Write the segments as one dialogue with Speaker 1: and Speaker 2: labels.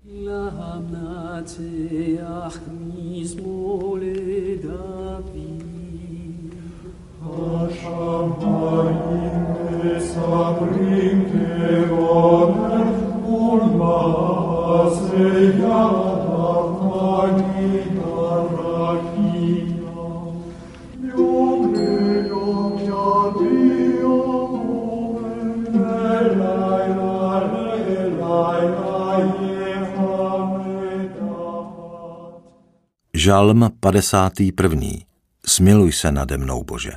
Speaker 1: Žalm 51. Smiluj se nade mnou, Bože.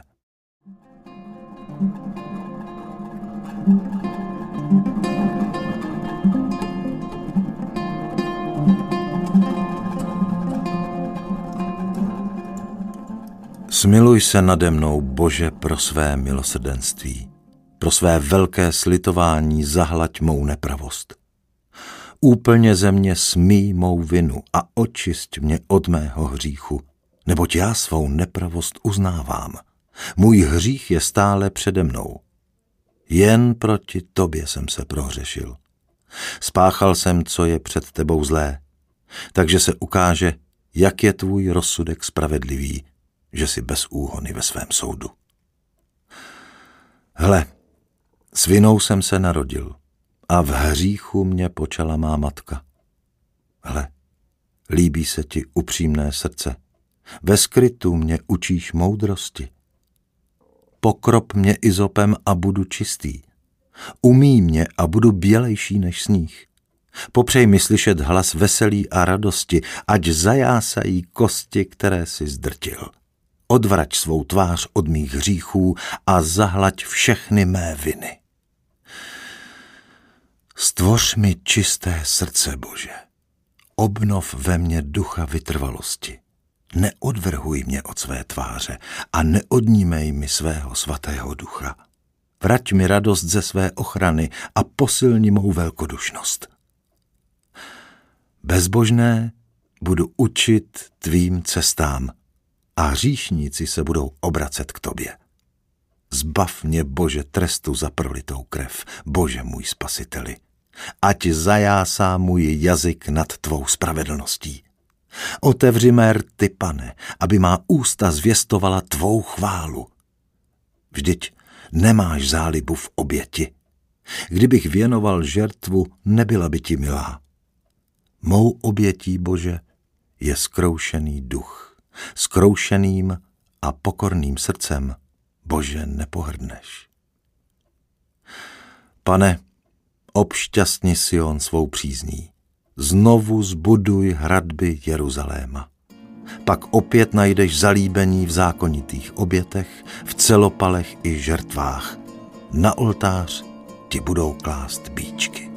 Speaker 1: Smiluj se nade mnou, Bože, pro své milosrdenství. Pro své velké slitování zahlaď mou nepravost. Úplně ze mě smij mou vinu a očisť mě od mého hříchu, neboť já svou nepravost uznávám. Můj hřích je stále přede mnou. Jen proti tobě jsem se prohřešil. Spáchal jsem, co je před tebou zlé, takže se ukáže, jak je tvůj rozsudek spravedlivý, že jsi bez úhony ve svém soudu. Hle, s vinou jsem se narodil a v hříchu mě počala má matka. Hle, líbí se ti upřímné srdce, ve skrytu mě učíš moudrosti. Pokrop mě izopem a budu čistý. Umyj mě a budu bělejší než sníh. Popřej mi slyšet hlas veselí a radosti, ať zajásají kosti, které si zdrtil. Odvrať svou tvář od mých hříchů a zahlaď všechny mé viny. Stvoř mi čisté srdce, Bože. Obnov ve mně ducha vytrvalosti. Neodvrhuj mě od své tváře a neodnímej mi svého svatého ducha. Vrať mi radost ze své ochrany a posilni mou velkodušnost. Bezbožné budu učit tvým cestám a hříšníci se budou obracet k tobě. Zbav mě, Bože, trestu za prolitou krev, Bože můj spasiteli. Ať zajásá můj jazyk nad tvou spravedlností. Otevři mé rty, Pane, aby má ústa zvěstovala tvou chválu. Vždyť nemáš zálibu v oběti. Kdybych věnoval žertvu, nebyla by ti milá. Mou obětí, Bože, je zkroušený duch. Zkroušeným a pokorným srdcem, Bože, nepohrdneš. Pane, obšťastni Sion svou přízní. Znovu zbuduj hradby Jeruzaléma. Pak opět najdeš zalíbení v zákonitých obětech, v celopalech i žertvách. Na oltář ti budou klást bíčky.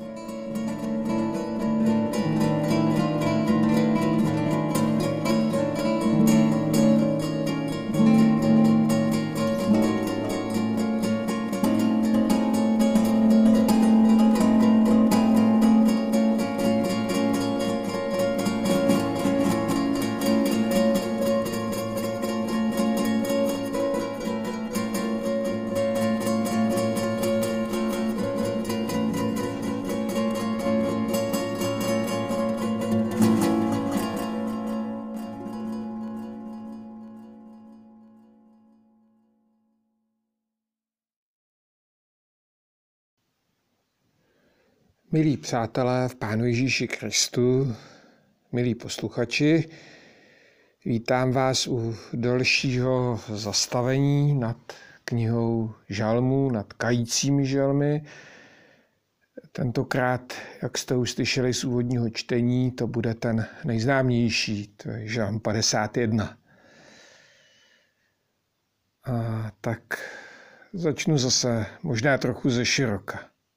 Speaker 2: Milí přátelé v Pánu Ježíši Kristu, milí posluchači, vítám vás u dalšího zastavení nad knihou žalmů, nad kajícími žalmy. Tentokrát, jak jste už slyšeli z úvodního čtení, to bude ten nejznámější, to je žalm 51. A tak začnu zase možná trochu ze široka.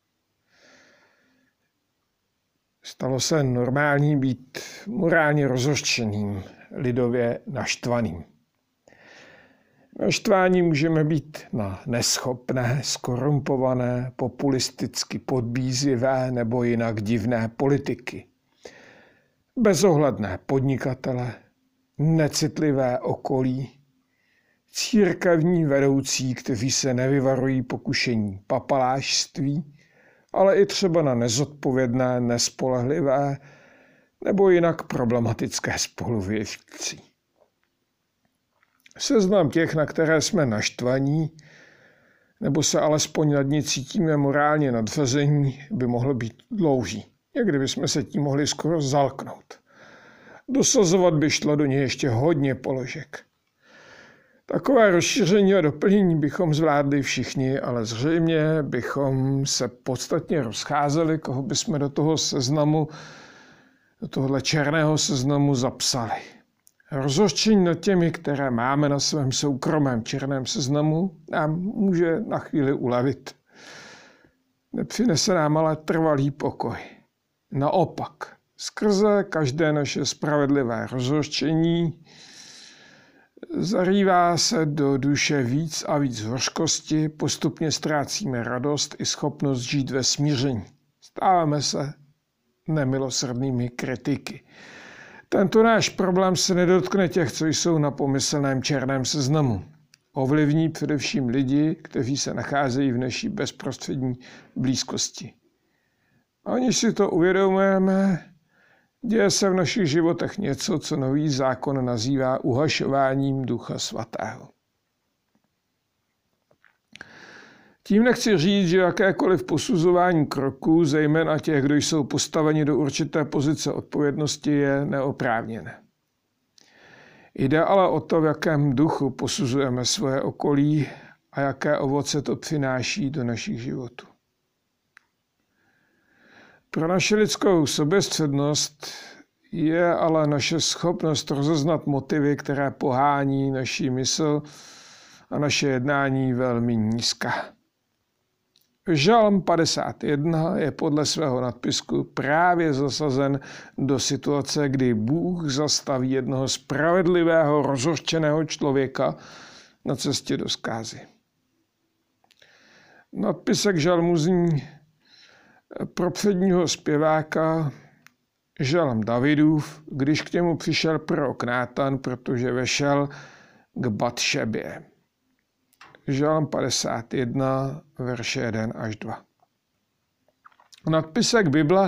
Speaker 2: Stalo se normální být morálně rozhořčeným, lidově naštvaným. Naštváni můžeme být na neschopné, skorumpované, populisticky podbízivé nebo jinak divné politiky. Bezohledné podnikatele, necitlivé okolí, církevní vedoucí, kteří se nevyvarují pokušení papalášství, ale i třeba na nezodpovědné, nespolehlivé nebo jinak problematické spoluvěřící. Seznam těch, na které jsme naštvaní, nebo se alespoň nad ní cítíme morálně nadřazení, by mohl být dlouhý. Někdy bychom se tím mohli skoro zalknout. Dosazovat by šlo do něj ještě hodně položek. Takové rozšíření a doplnění bychom zvládli všichni, ale zřejmě bychom se podstatně rozcházeli, koho bychom do toho seznamu, do tohohle černého seznamu zapsali. Rozhořčení nad těmi, které máme na svém soukromém černém seznamu, nám může na chvíli ulevit. Nepřinese nám ale trvalý pokoj. Naopak, skrze každé naše spravedlivé rozhořčení zarývá se do duše víc a víc hořkosti, postupně ztrácíme radost i schopnost žít ve smíření. Stáváme se nemilosrdnými kritiky. Tento náš problém se nedotkne těch, co jsou na pomyslném černém seznamu. Ovlivní především lidi, kteří se nacházejí v naší bezprostřední blízkosti. Aniž si to uvědomujeme, děje se v našich životech něco, co Nový zákon nazývá uhašováním Ducha Svatého. Tím nechci říct, že jakékoliv posuzování kroků, zejména těch, kdo jsou postaveni do určité pozice odpovědnosti, je neoprávněné. Jde ale o to, v jakém duchu posuzujeme svoje okolí a jaké ovoce to přináší do našich životů. Pro naši lidskou soběstřednost je ale naše schopnost rozeznat motivy, které pohání naši mysl a naše jednání velmi nízká. Žalm 51 je podle svého nadpisku právě zasazen do situace, kdy Bůh zastaví jednoho spravedlivého, rozhořčeného člověka na cestě do zkázy. Nadpisek žalmu zní: pro předního zpěváka žalm Davidův, když k němu přišel prorok Nátan, protože vešel k Batšebě. Žalm 51, verše 1 až 2. Nadpisek Bible,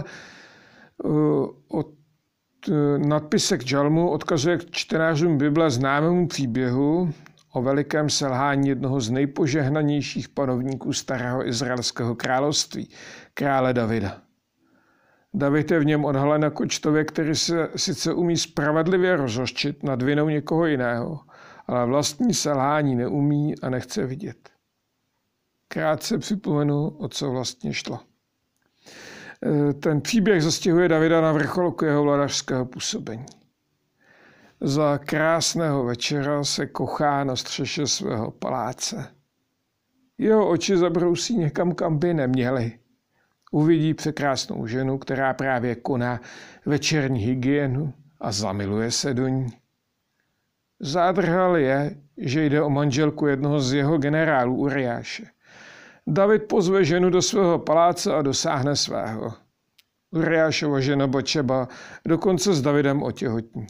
Speaker 2: nadpisek žalmu odkazuje k čtenářům Bible známému příběhu o velikém selhání jednoho z nejpožehnanějších panovníků starého izraelského království, krále Davida. David je v něm odhalen jako člověk, který se sice umí spravedlivě rozhořčit nad vinou někoho jiného, ale vlastní selhání neumí a nechce vidět. Krátce připomenu, o co vlastně šlo. Ten příběh zastihuje Davida na vrcholu jeho vladařského působení. Za krásného večera se kochá na střeše svého paláce. Jeho oči zabrousí někam, kam by neměly. Uvidí překrásnou ženu, která právě koná večerní hygienu a zamiluje se do ní. Zádrhal je, že jde o manželku jednoho z jeho generálů Uriáše. David pozve ženu do svého paláce a dosáhne svého. Uriášova žena Batšeba dokonce s Davidem otěhotní.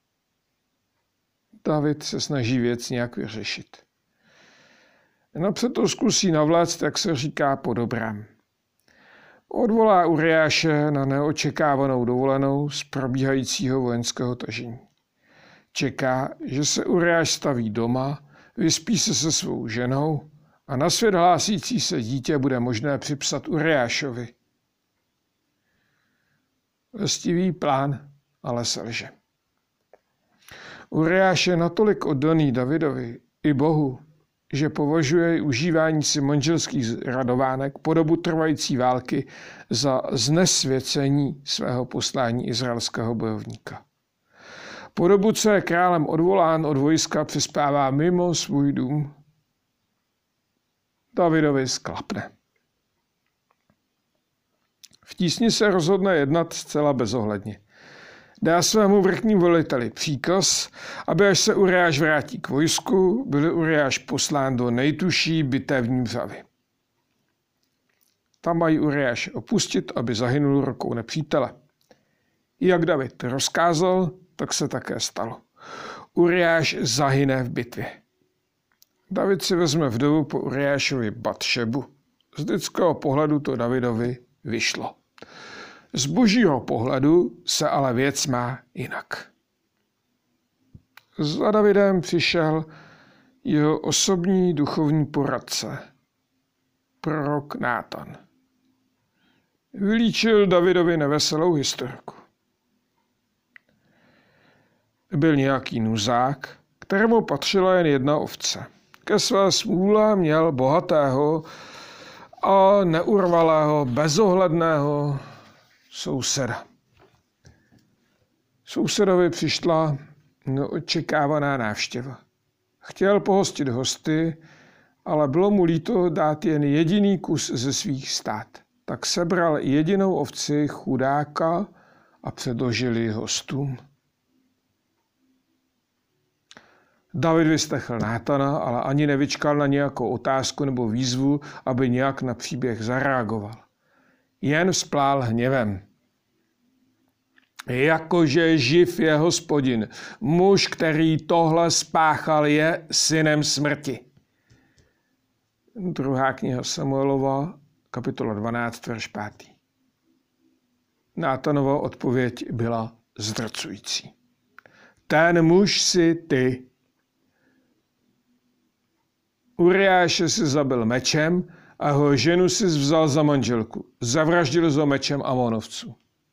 Speaker 2: David se snaží věc nějak vyřešit. Napřed to zkusí navléct, jak se říká, po dobrém. Odvolá Uriáše na neočekávanou dovolenou z probíhajícího vojenského tažení. Čeká, že se Uriáš staví doma, vyspí se se svou ženou a na svět hlásící se dítě bude možné připsat Uriášovi. Lestivý plán, ale selže. Uriáš je natolik oddaný Davidovi i Bohu, že považuje užívání si manželských radovánek po dobu trvající války za znesvěcení svého poslání izraelského bojovníka. Po dobu, co je králem odvolán od vojska, přespává mimo svůj dům. Davidovi sklapne. V tísni se rozhodne jednat zcela bezohledně. Dá svému vrchnímu veliteli příkaz, aby až se Uriáš vrátí k vojsku, byl Uriáš poslán do nejtužší bitevní vřavy. Tam mají Uriáše opustit, aby zahynul rukou nepřítele. Jak David rozkázal, tak se také stalo. Uriáš zahyne v bitvě. David si vezme vdovu po Uriášovi Batšebu. Z lidského pohledu to Davidovi vyšlo. Z božího pohledu se ale věc má jinak. Za Davidem přišel jeho osobní duchovní poradce, prorok Nátan. Vylíčil Davidovi neveselou historku. Byl nějaký nuzák, kterému patřila jen jedna ovce. Ke své smůle měl bohatého a neurvalého, bezohledného souseda. Sousedovi přišla neočekávaná návštěva. Chtěl pohostit hosty, ale bylo mu líto dát jen jediný kus ze svých stád. Tak sebral jedinou ovci chudáka a předložil ji hostům. David vyslechl Nátana, ale ani nevyčkal na nějakou otázku nebo výzvu, aby nějak na příběh zareagoval. Jen vzplál hněvem. Jakože živ je Hospodin, muž, který tohle spáchal, je synem smrti. 2. kniha Samuelova, kapitola 12, verš 5. Nátanova odpověď byla zdrcující. Ten muž si ty. Uriáše si zabil mečem a jeho ženu si vzal za manželku. Zavraždil ho mečem Amonovců.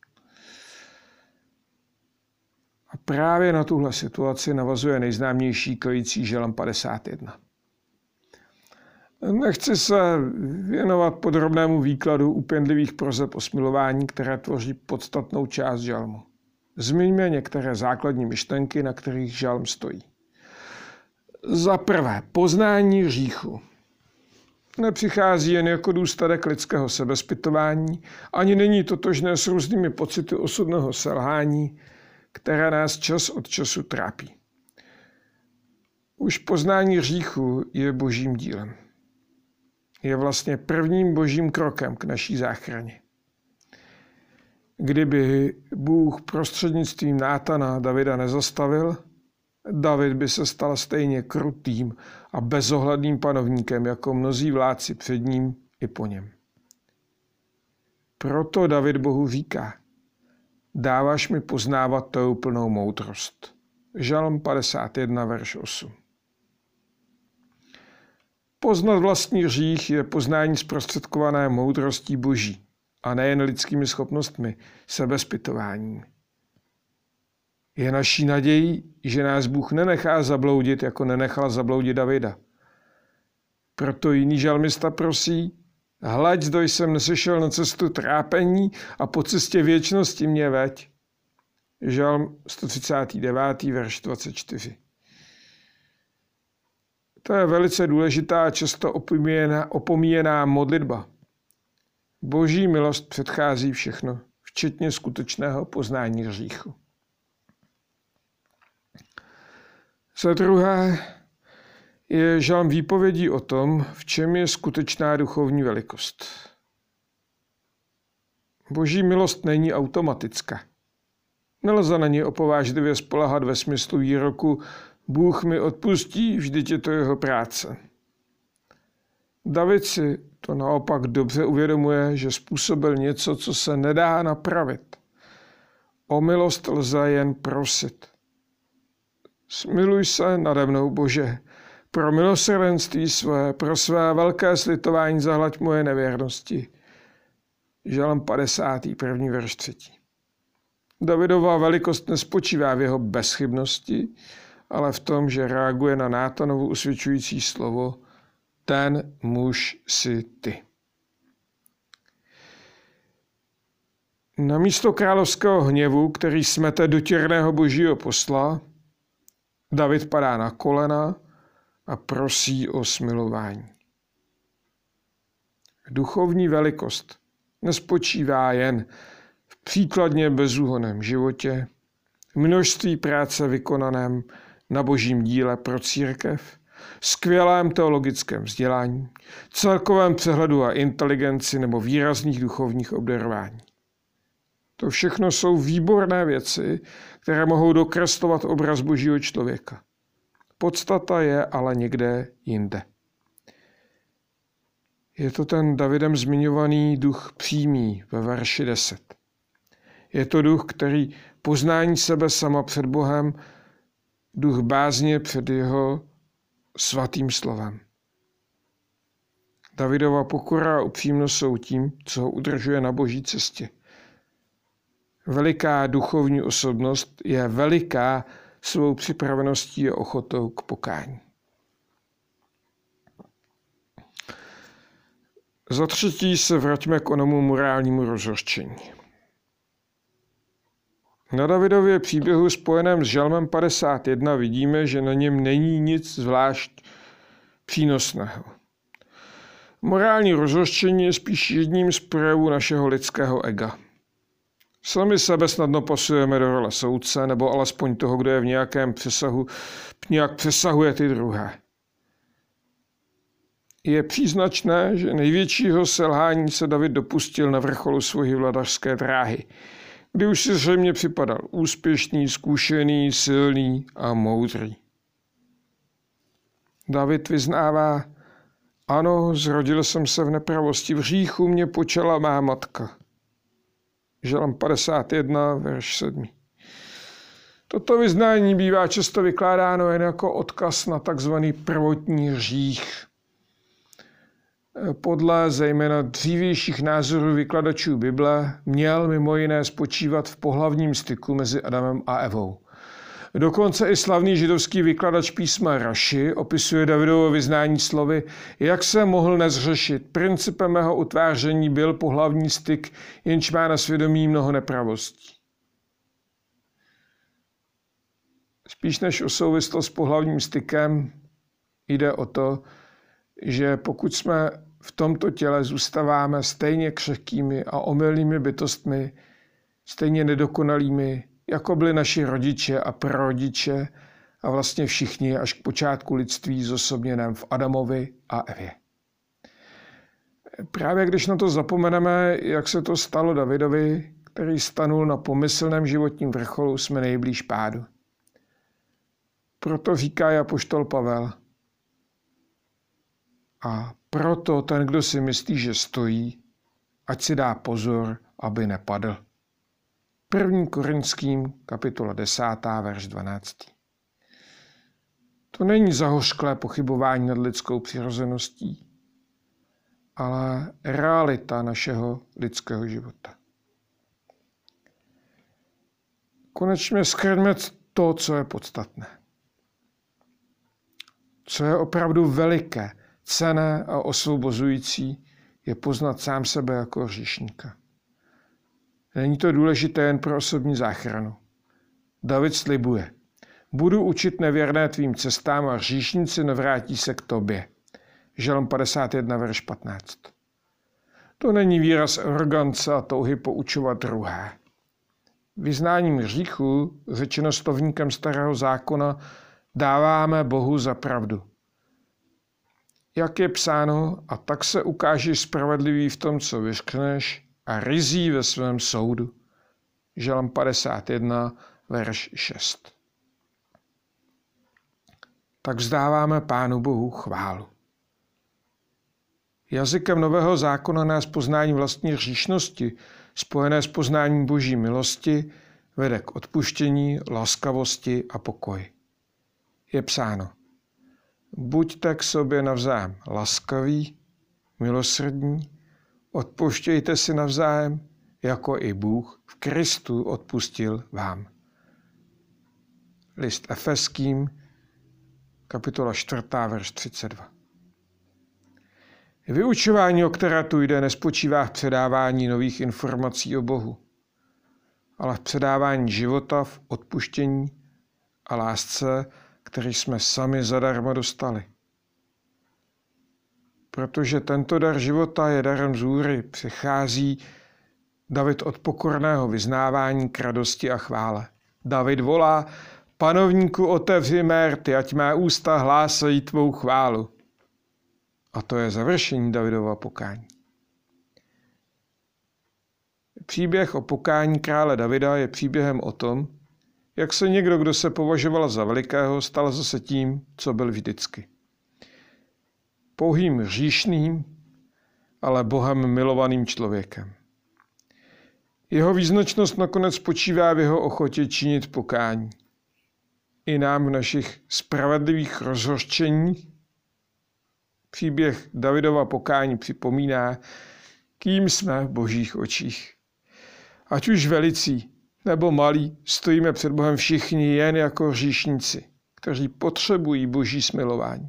Speaker 2: A právě na tuhle situaci navazuje nejznámější kojící žalm 51. Nechci se věnovat podrobnému výkladu úpěnlivých proseb o smilování, které tvoří podstatnou část žalmu. Zmiňme některé základní myšlenky, na kterých žalm stojí. Za prvé, poznání hříchu. Nepřichází jen jako důsledek lidského sebezpytování, ani není totožné s různými pocity osudného selhání, které nás čas od času trápí. Už poznání hříchu je božím dílem. Je vlastně prvním božím krokem k naší záchraně. Kdyby Bůh prostřednictvím Nátana Davida nezastavil, David by se stal stejně krutým a bezohledným panovníkem, jako mnozí vládci před ním i po něm. Proto David Bohu říká: dáváš mi poznávat tou plnou moudrost. Žalm 51, verš 8. Poznat vlastní hřích je poznání zprostředkované moudrostí boží a nejen lidskými schopnostmi, sebezpytováním. Je naší nadějí, že nás Bůh nenechá zabloudit, jako nenechal zabloudit Davida. Proto jiný žalmista prosí: hleď, zdo jsem nesešel na cestu trápení a po cestě věčnosti mě veď. Žalm 139, verš 24. To je velice důležitá a často opomíjená modlitba. Boží milost předchází všechno, včetně skutečného poznání hříchu. Za druhé je žalm výpovědí o tom, v čem je skutečná duchovní velikost. Boží milost není automatická. Nelze na ní opovážlivě spoléhat ve smyslu výroku: Bůh mi odpustí, vždyť je to jeho práce. David si to naopak dobře uvědomuje, že způsobil něco, co se nedá napravit. O milost lze jen prosit. Smiluj se nade mnou, Bože, pro milosrdenství své, pro své velké slitování zahlaď moje nevěrnosti. Žalm 51. verš 3. Davidova velikost nespočívá v jeho bezchybnosti, ale v tom, že reaguje na Nátanovu usvědčující slovo: ten muž si ty. Namísto královského hněvu, který smete dotěrného božího posla, David padá na kolena a prosí o smilování. Duchovní velikost nespočívá jen v příkladně bezúhonném životě, množství práce vykonaném na božím díle pro církev, skvělém teologickém vzdělání, celkovém přehledu a inteligenci nebo výrazných duchovních obdarování. To všechno jsou výborné věci, které mohou dokreslovat obraz božího člověka. Podstata je ale někde jinde. Je to ten Davidem zmiňovaný duch přímý ve verši 10. Je to duch, který poznání sebe sama před Bohem, duch bázně před jeho svatým slovem. Davidova pokora a upřímnost jsou tím, co ho udržuje na boží cestě. Veliká duchovní osobnost je veliká svou připraveností a ochotou k pokání. Za třetí se vraťme k onomu morálnímu rozhořčení. Na Davidově příběhu spojeném s Žalmem 51 vidíme, že na něm není nic zvlášť přínosného. Morální rozhořčení je spíš jedním z projevů našeho lidského ega. Sami sebe snadno pasujeme do role soudce, nebo alespoň toho, kdo je v nějakém přesahu, nějak přesahuje ty druhé. Je příznačné, že největšího selhání se David dopustil na vrcholu svojí vladařské dráhy, kdy už si zřejmě připadal úspěšný, zkušený, silný a moudrý. David vyznává: ano, zrodil jsem se v nepravosti, v hříchu mě počala má matka. Žalm 51, verš 7. Toto vyznání bývá často vykládáno jen jako odkaz na takzvaný prvotní hřích. Podle zejména dřívějších názorů vykladačů Bible měl mimo jiné spočívat v pohlavním styku mezi Adamem a Evou. Dokonce i slavný židovský vykladač písma Raši opisuje Davidovo vyznání slovy: jak se mohl nezřešit. Principem mého utváření byl pohlavní styk, jenž má na svědomí mnoho nepravostí. Spíš než o souvislost s pohlavním stykem jde o to, že pokud jsme v tomto těle zůstáváme stejně křehkými a omylnými bytostmi, stejně nedokonalými, jako byli naši rodiče a prarodiče a vlastně všichni až k počátku lidství zosobněném v Adamovi a Evě. Právě když na to zapomeneme, jak se to stalo Davidovi, který stanul na pomyslném životním vrcholu, jsme nejblíž pádu. Proto říká apoštol Pavel: a proto ten, kdo si myslí, že stojí, ať si dá pozor, aby nepadl. 1. Korinským, kapitola 10, verš 12. To není zahořklé pochybování nad lidskou přirozeností, ale realita našeho lidského života. Konečně shrňme to, co je podstatné. Co je opravdu veliké, cenné a osvobozující, je poznat sám sebe jako hříšníka. Není to důležité jen pro osobní záchranu. David slibuje: budu učit nevěrné tvým cestám a hříšníci nevrátí se k tobě. Žalm 51, verš 15. To není výraz arogance a touhy poučovat druhé. Vyznáním hříchu, řečeno slovníkem Starého zákona, dáváme Bohu za pravdu. Jak je psáno, a tak se ukážeš spravedlivý v tom, co vyřkneš, a ryzí ve svém soudu. Žalm 51, verš 6. Tak vzdáváme Pánu Bohu chválu. Jazykem Nového zákona nás poznání vlastní hříšnosti, spojené s poznáním Boží milosti, vede k odpuštění, laskavosti a pokoji. Je psáno: buďte k sobě navzájem laskaví, milosrdní, odpouštějte si navzájem, jako i Bůh v Kristu odpustil vám. List Efeským, kapitola 4, verš 32. Vyučování, o které tu jde, nespočívá v předávání nových informací o Bohu, ale v předávání života, v odpuštění a lásce, který jsme sami zadarmo dostali. Protože tento dar života je darem z hůry, přichází David od pokorného vyznávání k radosti a chvále. David volá: panovníku, otevři mé rty, ať má ústa hlásají tvou chválu. A to je završení Davidova pokání. Příběh o pokání krále Davida je příběhem o tom, jak se někdo, kdo se považoval za velikého, stal zase tím, co byl vždycky. Pouhým hříšným, ale Bohem milovaným člověkem. Jeho význačnost nakonec spočívá v jeho ochotě činit pokání. I nám v našich spravedlivých rozhořčení příběh Davidova pokání připomíná, kým jsme v Božích očích. Ať už velicí nebo malí, stojíme před Bohem všichni jen jako hříšníci, kteří potřebují Boží smilování.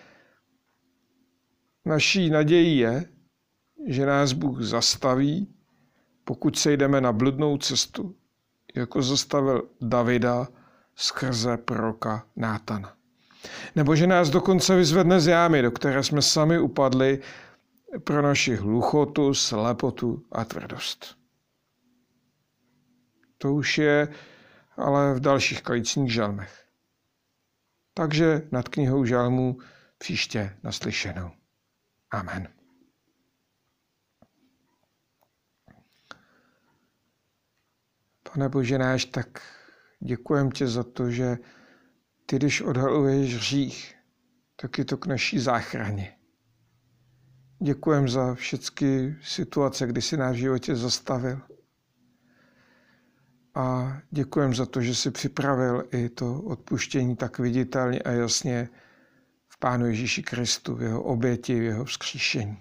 Speaker 2: Naší nadějí je, že nás Bůh zastaví, pokud sejdeme na bludnou cestu, jako zastavil Davida skrze proroka Nátana. Nebo že nás dokonce vyzvedne z jámy, do které jsme sami upadli pro naši hluchotu, slepotu a tvrdost. To už je ale v dalších kajícních žalmech. Takže nad knihou žalmů příště naslyšenou. Amen. Pane Bože náš, tak děkujem tě za to, že ty, když odhaluješ hřích, tak je to k naší záchraně. Děkujem za všechny situace, kdy jsi nás v životě zastavil. A děkujem za to, že jsi připravil i to odpuštění tak viditelně a jasně v Pánu Ježíši Kristu, v jeho oběti, v jeho vzkříšení.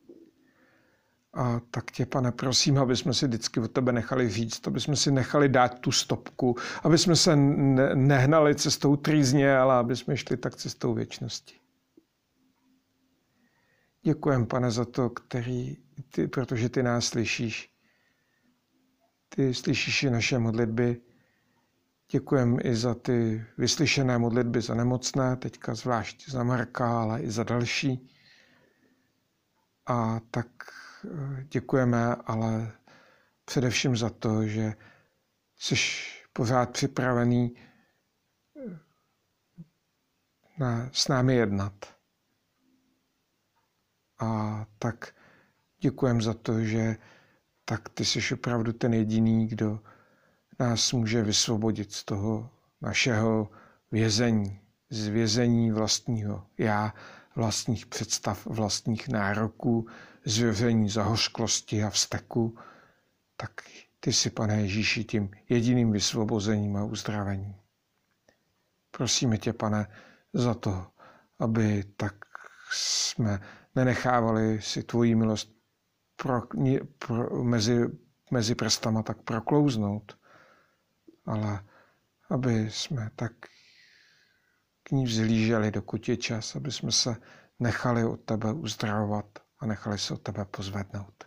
Speaker 2: A tak tě, Pane, prosím, aby jsme si vždycky od tebe nechali říct, aby jsme si nechali dát tu stopku, aby jsme se nehnali cestou trýzně, ale aby jsme šli tak cestou věčnosti. Děkujem, Pane, za to, protože ty nás slyšíš. Ty slyšíš i naše modlitby. Děkujem i za ty vyslyšené modlitby za nemocné, teďka zvlášť za Marka, ale i za další. A tak děkujeme, ale především za to, že jsi pořád připravený s námi jednat. A tak děkujem za to, že tak ty jsi opravdu ten jediný, kdo nás může vysvobodit z toho našeho vězení, z vězení vlastního já, vlastních představ, vlastních nároků, z vězení zahořklosti a vzteku. Tak ty jsi, Pane Ježíši, tím jediným vysvobozením a uzdravením. Prosíme tě, Pane, za to, aby tak jsme nenechávali si tvoji milost mezi prstama tak proklouznout, ale aby jsme tak k ní vzhlíželi, dokud je čas, aby jsme se nechali od tebe uzdravovat a nechali se od tebe pozvednout.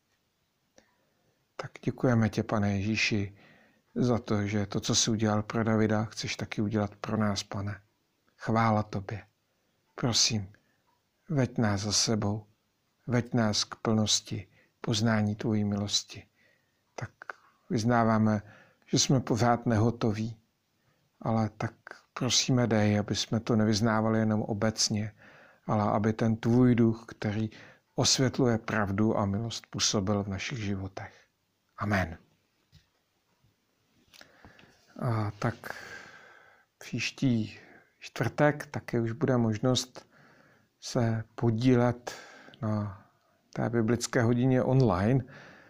Speaker 2: Tak děkujeme tě, Pane Ježíši, za to, že to, co jsi udělal pro Davida, chceš taky udělat pro nás, Pane. Chvála tobě. Prosím, veď nás za sebou, veď nás k plnosti poznání tvojí milosti. Tak vyznáváme, že jsme pořád nehotoví, ale tak prosíme, dej, aby jsme to nevyznávali jenom obecně, ale aby ten tvůj duch, který osvětluje pravdu a milost, působil v našich životech. Amen. A tak příští čtvrtek také už bude možnost se podílet na té biblické hodině online.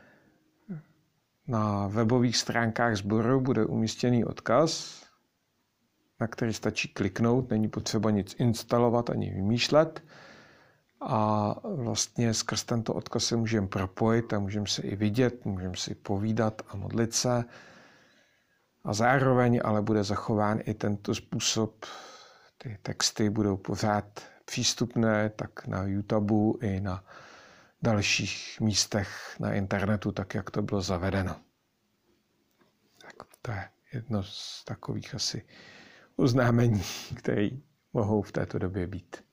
Speaker 2: Na webových stránkách sboru bude umístěný odkaz, na který stačí kliknout, není potřeba nic instalovat ani vymýšlet. A vlastně skrz tento odkaz se můžeme propojit a můžeme se i vidět, můžeme si povídat a modlit se. A zároveň ale bude zachován i tento způsob. Ty texty budou pořád přístupné tak na YouTube i na dalších místech na internetu, tak jak to bylo zavedeno. Tak to je jedno z takových asi oznámení, které mohou v této době být.